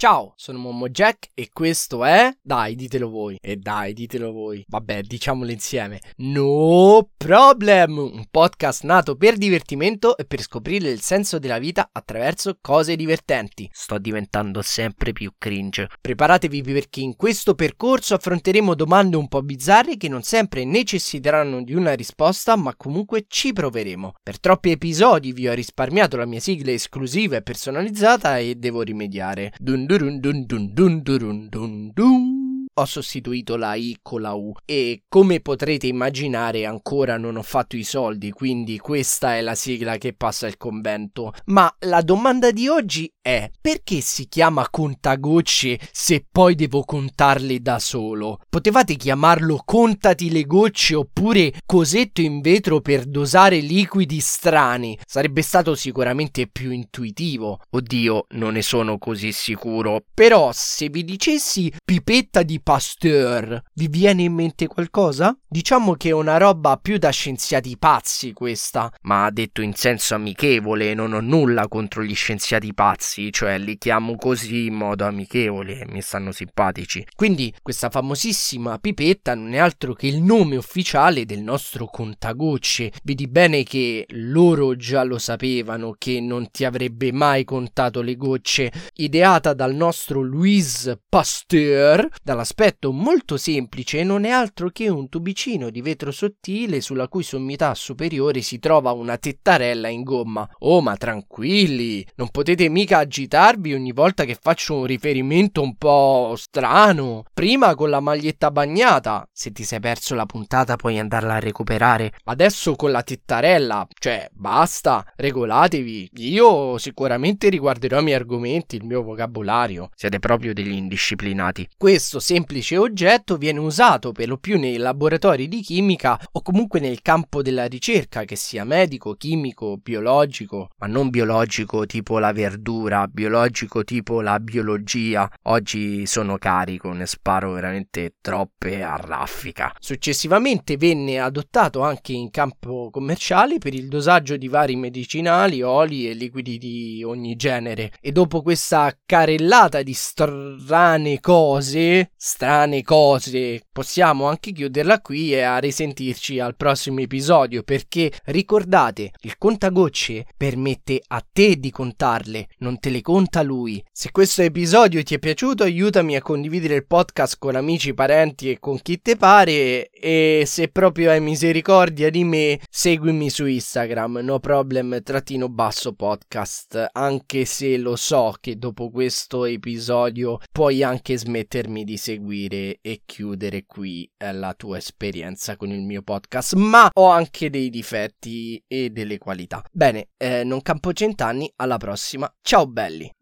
Ciao, sono Momo Jack e questo è... Dai, ditelo voi. Ditelo voi. Vabbè, diciamolo insieme. No Problem, un podcast nato per divertimento e per scoprire il senso della vita attraverso cose divertenti. Sto diventando sempre più cringe. Preparatevi perché in questo percorso affronteremo domande un po' bizzarre che non sempre necessiteranno di una risposta, ma comunque ci proveremo. Per troppi episodi vi ho risparmiato la mia sigla esclusiva e personalizzata e devo rimediare. Dun dun dun dun dun dun dun dun. Ho sostituito la I con la U e come potrete immaginare ancora non ho fatto i soldi, quindi questa è la sigla che passa il convento. Ma la domanda di oggi è: perché si chiama contagocce se poi devo contarle da solo? Potevate chiamarlo contati le gocce oppure cosetto in vetro per dosare liquidi strani. Sarebbe stato sicuramente più intuitivo. Oddio, non ne sono così sicuro. Però se vi dicessi pipetta di Pasteur, vi viene in mente qualcosa? Diciamo che è una roba più da scienziati pazzi questa, ma detto in senso amichevole, non ho nulla contro gli scienziati pazzi, cioè li chiamo così in modo amichevole e mi stanno simpatici. Quindi questa famosissima pipetta non è altro che il nome ufficiale del nostro contagocce. Vedi bene che loro già lo sapevano che non ti avrebbe mai contato le gocce, ideata dal nostro Louis Pasteur, dall'aspetto molto semplice, non è altro che un tubicino di vetro sottile sulla cui sommità superiore si trova una tettarella in gomma. Oh, ma tranquilli, non potete mica agitarvi ogni volta che faccio un riferimento un po' strano. Prima con la maglietta bagnata, se ti sei perso la puntata puoi andarla a recuperare. Adesso con la tettarella, cioè basta, regolatevi. Io sicuramente riguarderò i miei argomenti, il mio vocabolario. Siete proprio degli indisciplinati. Questo semplice oggetto viene usato per lo più nei laboratori di chimica o comunque nel campo della ricerca, che sia medico, chimico, biologico, ma non biologico tipo la verdura, biologico tipo la biologia. Oggi sono carico, ne sparo veramente troppe a raffica. Successivamente venne adottato anche in campo commerciale per il dosaggio di vari medicinali, oli e liquidi di ogni genere. E dopo questa carrellata di strane cose, possiamo anche chiuderla qui e a risentirci al prossimo episodio, perché ricordate, il contagocce permette a te di contarle, non te le conta lui. Se questo episodio ti è piaciuto, aiutami a condividere il podcast con amici, parenti e con chi te pare, e se proprio hai misericordia di me, seguimi su Instagram, no problem _podcast, anche se lo so che dopo questo episodio puoi anche smettermi di seguire e chiudere qui la tua esperienza con il mio podcast, ma ho anche dei difetti e delle qualità. Bene, non campo cent'anni, alla prossima, ciao belli!